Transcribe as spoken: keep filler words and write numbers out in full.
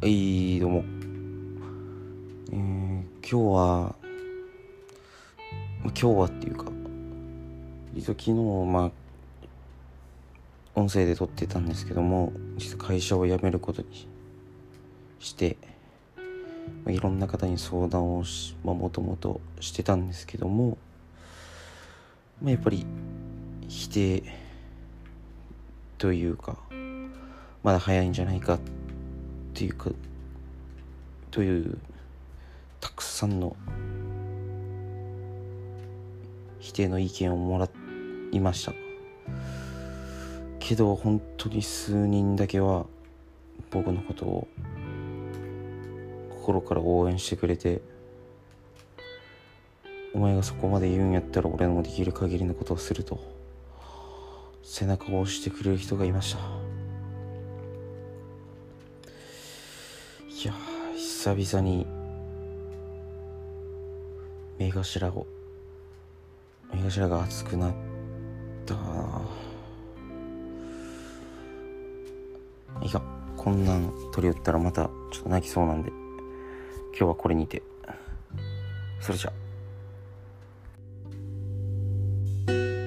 はい、どうも。えー、今日は、今日はっていうか、実は昨日、まあ、音声で撮ってたんですけども、実は会社を辞めることにして、まあ、いろんな方に相談をし、まあ、もともとしてたんですけども、まあ、やっぱり否定というか、まだ早いんじゃないかっていうか、というたくさんの否定の意見をもらいましたけど、本当に数人だけは僕のことを心から応援してくれて、お前がそこまで言うんやったら俺のできる限りのことをすると背中を押してくれる人がいました。いやー、久々に目頭を目頭が熱くなったないかこんなん取り寄ったらまたちょっと泣きそうなんで、今日はこれにて。それじゃ。